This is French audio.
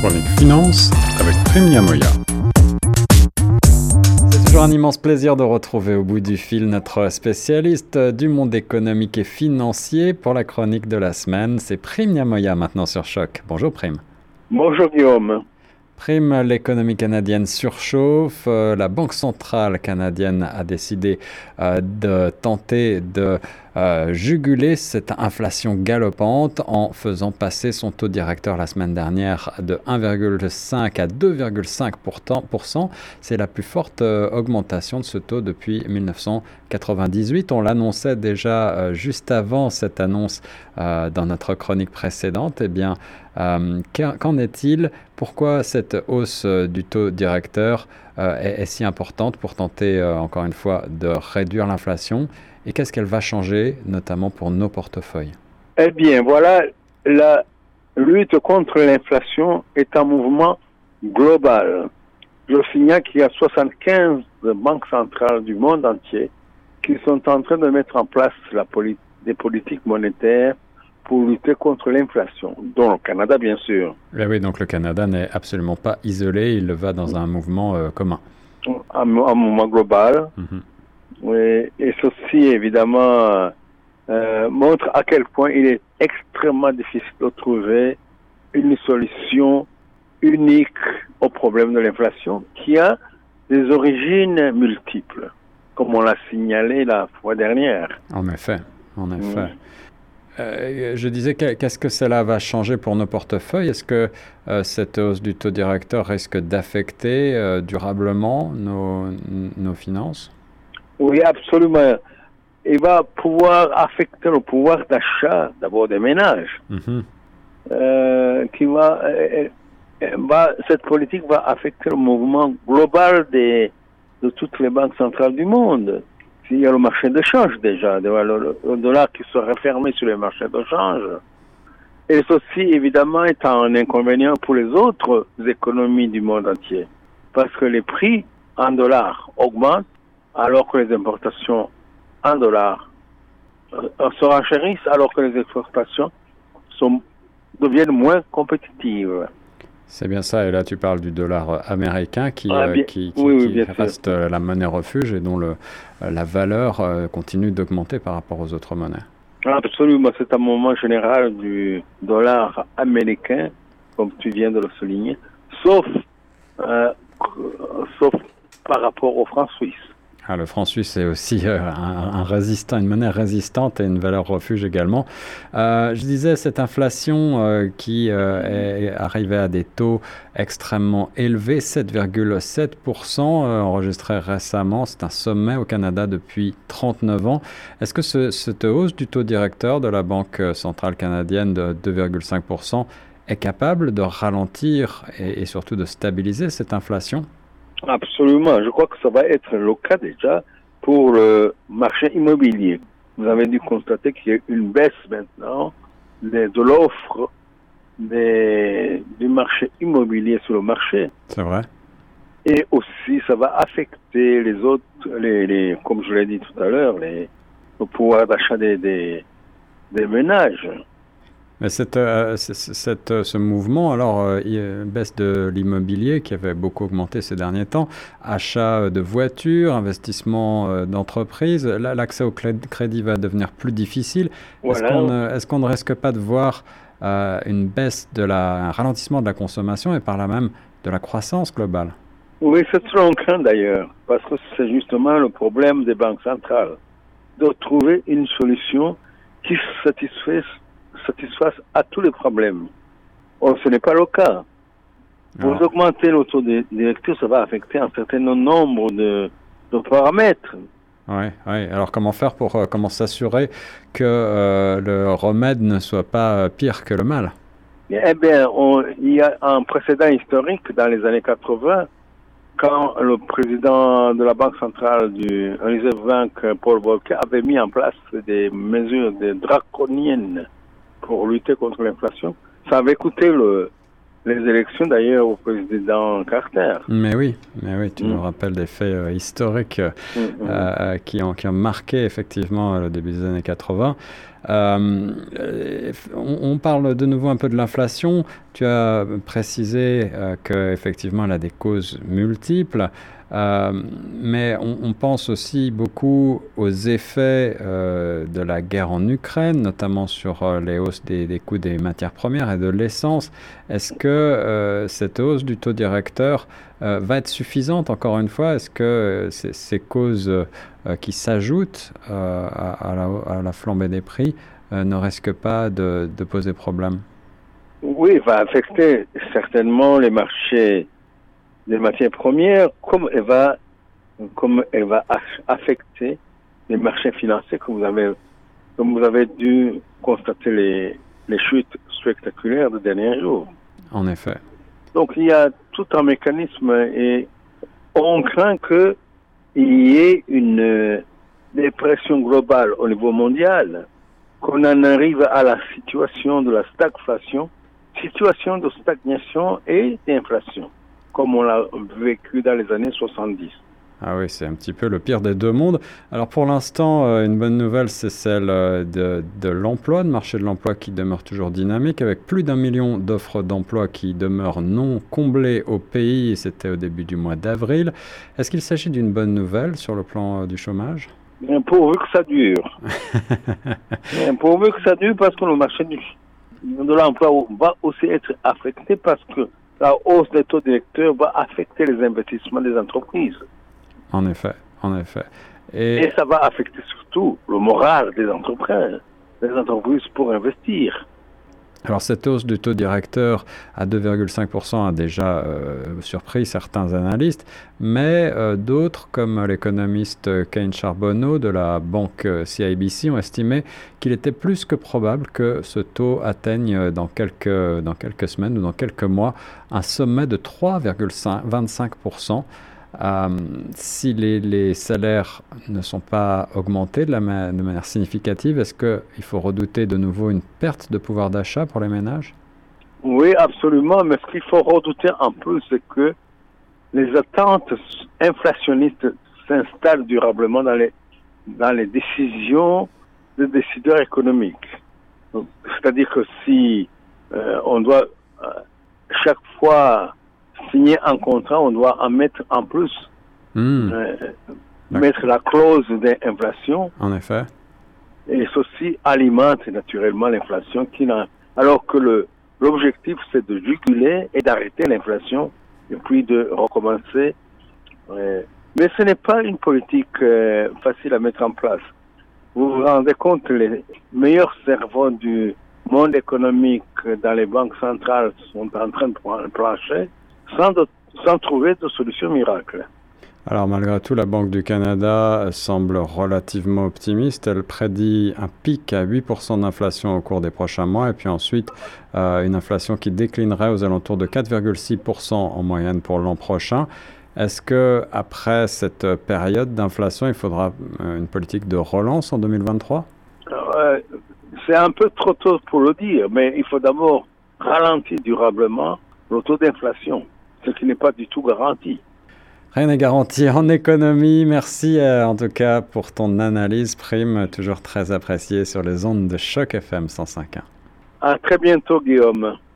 chronique finance avec Prime Nyamoya. C'est toujours un immense plaisir de retrouver au bout du fil notre spécialiste du monde économique et financier pour la chronique de la semaine. C'est Prime Nyamoya maintenant sur Choc. Bonjour Prime. Bonjour Guillaume. Prime, l'économie canadienne surchauffe. La Banque centrale canadienne a décidé de tenter de juguler cette inflation galopante en faisant passer son taux directeur la semaine dernière de 1,5 à 2,5%. C'est la plus forte augmentation de ce taux depuis 1998. On l'annonçait déjà juste avant cette annonce dans notre chronique précédente. Eh bien, qu'en est-il? Pourquoi cette hausse du taux directeur est si importante pour tenter, encore une fois, de réduire l'inflation? Et qu'est-ce qu'elle va changer, notamment pour nos portefeuilles? Eh bien, voilà, la lutte contre l'inflation est un mouvement global. Je signale qu'il y a 75 banques centrales du monde entier qui sont en train de mettre en place des politiques monétaires pour lutter contre l'inflation, dont le Canada, bien sûr. Et oui, donc le Canada n'est absolument pas isolé, il va dans un mouvement commun. Un mouvement global. Mm-hmm. Oui, et ceci, évidemment, montre à quel point il est extrêmement difficile de trouver une solution unique au problème de l'inflation qui a des origines multiples, comme on l'a signalé la fois dernière. En effet. Je disais, qu'est-ce que cela va changer pour nos portefeuilles? Est-ce que cette hausse du taux directeur risque d'affecter durablement nos finances? Oui, absolument. Il va pouvoir affecter le pouvoir d'achat, d'abord des ménages. Mm-hmm. Cette politique va affecter le mouvement global de toutes les banques centrales du monde. Il y a le marché de change déjà, le dollar qui sera fermé sur les marchés de change. Et ceci, évidemment, est un inconvénient pour les autres économies du monde entier. Parce que les prix en dollars augmentent, alors que les importations en dollars se renchérissent, alors que les exportations deviennent moins compétitives. C'est bien ça, et là tu parles du dollar américain qui reste la monnaie refuge et dont la valeur continue d'augmenter par rapport aux autres monnaies. Absolument, c'est un moment général du dollar américain, comme tu viens de le souligner, sauf par rapport au franc suisse. Le franc suisse est aussi une monnaie résistante et une valeur refuge également. Je disais, cette inflation qui est arrivée à des taux extrêmement élevés, 7,7% enregistré récemment. C'est un sommet au Canada depuis 39 ans. Est-ce que cette hausse du taux directeur de la Banque centrale canadienne de 2,5% est capable de ralentir et surtout de stabiliser cette inflation? Absolument. Je crois que ça va être le cas déjà pour le marché immobilier. Vous avez dû constater qu'il y a une baisse maintenant de l'offre du marché immobilier sur le marché. C'est vrai. Et aussi, ça va affecter les autres, comme je l'ai dit tout à l'heure, le pouvoir d'achat des ménages. Mais ce mouvement, alors, baisse de l'immobilier qui avait beaucoup augmenté ces derniers temps, achat de voitures, investissement d'entreprises, là, l'accès au crédit va devenir plus difficile. Voilà. Est-ce qu'on ne risque pas de voir une baisse un ralentissement de la consommation et par là même de la croissance globale? Oui, c'est ce qu'on craint d'ailleurs, parce que c'est justement le problème des banques centrales, de trouver une solution qui satisfasse à tous les problèmes. Or, ce n'est pas le cas. Vous augmentez le taux directeur, ça va affecter un certain nombre de paramètres. Oui. Alors, comment faire comment s'assurer que le remède ne soit pas pire que le mal? Eh bien, il y a un précédent historique dans les années 80, quand le président de la Banque centrale du Reserve Bank, Paul Volcker, avait mis en place des mesures draconiennes pour lutter contre l'inflation. Ça avait coûté les élections d'ailleurs au président Carter. Mais oui, tu nous rappelles des faits historiques qui ont marqué effectivement le début des années 80. On parle de nouveau un peu de l'inflation. Tu as précisé qu'effectivement elle a des causes multiples. Mais on pense aussi beaucoup aux effets de la guerre en Ukraine, notamment sur les hausses des coûts des matières premières et de l'essence. Est-ce que cette hausse du taux directeur va être suffisante, encore une fois? Est-ce que ces causes qui s'ajoutent à la flambée des prix ne risquent pas de poser problème? Oui, va affecter certainement les marchés des matières premières, comme elle va affecter les marchés financiers, comme vous avez dû constater les chutes spectaculaires des derniers jours. En effet. Donc il y a tout un mécanisme et on craint qu'il y ait une dépression globale au niveau mondial, qu'on en arrive à la situation de la stagflation, situation de stagnation et d'inflation, comme on l'a vécu dans les années 70. Ah oui, c'est un petit peu le pire des deux mondes. Alors pour l'instant, une bonne nouvelle, c'est celle de l'emploi, le marché de l'emploi qui demeure toujours dynamique, avec plus d'1 million d'offres d'emploi qui demeurent non comblées au pays, et c'était au début du mois d'avril. Est-ce qu'il s'agit d'une bonne nouvelle sur le plan du chômage? Bien, pourvu que ça dure. Bien, pourvu que ça dure, parce que le marché de l'emploi va aussi être affecté, parce que la hausse des taux directeurs va affecter les investissements des entreprises. En effet, en effet. Et ça va affecter surtout le moral des entreprises pour investir. Alors cette hausse du taux directeur à 2,5% a déjà surpris certains analystes, mais d'autres, comme l'économiste Kane Charbonneau de la banque CIBC, ont estimé qu'il était plus que probable que ce taux atteigne dans quelques semaines ou dans quelques mois un sommet de 3,25%. Si les salaires ne sont pas augmentés de manière significative, est-ce qu'il faut redouter de nouveau une perte de pouvoir d'achat pour les ménages? Oui, absolument, mais ce qu'il faut redouter en plus, c'est que les attentes inflationnistes s'installent durablement dans les décisions des décideurs économiques. C'est-à-dire que si on doit chaque fois signer un contrat, on doit en mettre en plus, mettre la clause d'inflation. En effet. Et ceci alimente naturellement l'inflation, alors que l'objectif c'est de juguler et d'arrêter l'inflation et puis de recommencer. Mais ce n'est pas une politique facile à mettre en place. Vous vous rendez compte, les meilleurs cerveaux du monde économique dans les banques centrales sont en train de plancher sans trouver de solution miracle. Alors malgré tout, la Banque du Canada semble relativement optimiste. Elle prédit un pic à 8% d'inflation au cours des prochains mois et puis ensuite une inflation qui déclinerait aux alentours de 4,6% en moyenne pour l'an prochain. Est-ce qu'après cette période d'inflation, il faudra une politique de relance en 2023 ? C'est un peu trop tôt pour le dire, mais il faut d'abord ralentir durablement le taux d'inflation, ce qui n'est pas du tout garanti. Rien n'est garanti en économie. Merci en tout cas pour ton analyse, Prime, toujours très appréciée sur les ondes de Choc FM 105.1. À très bientôt, Guillaume.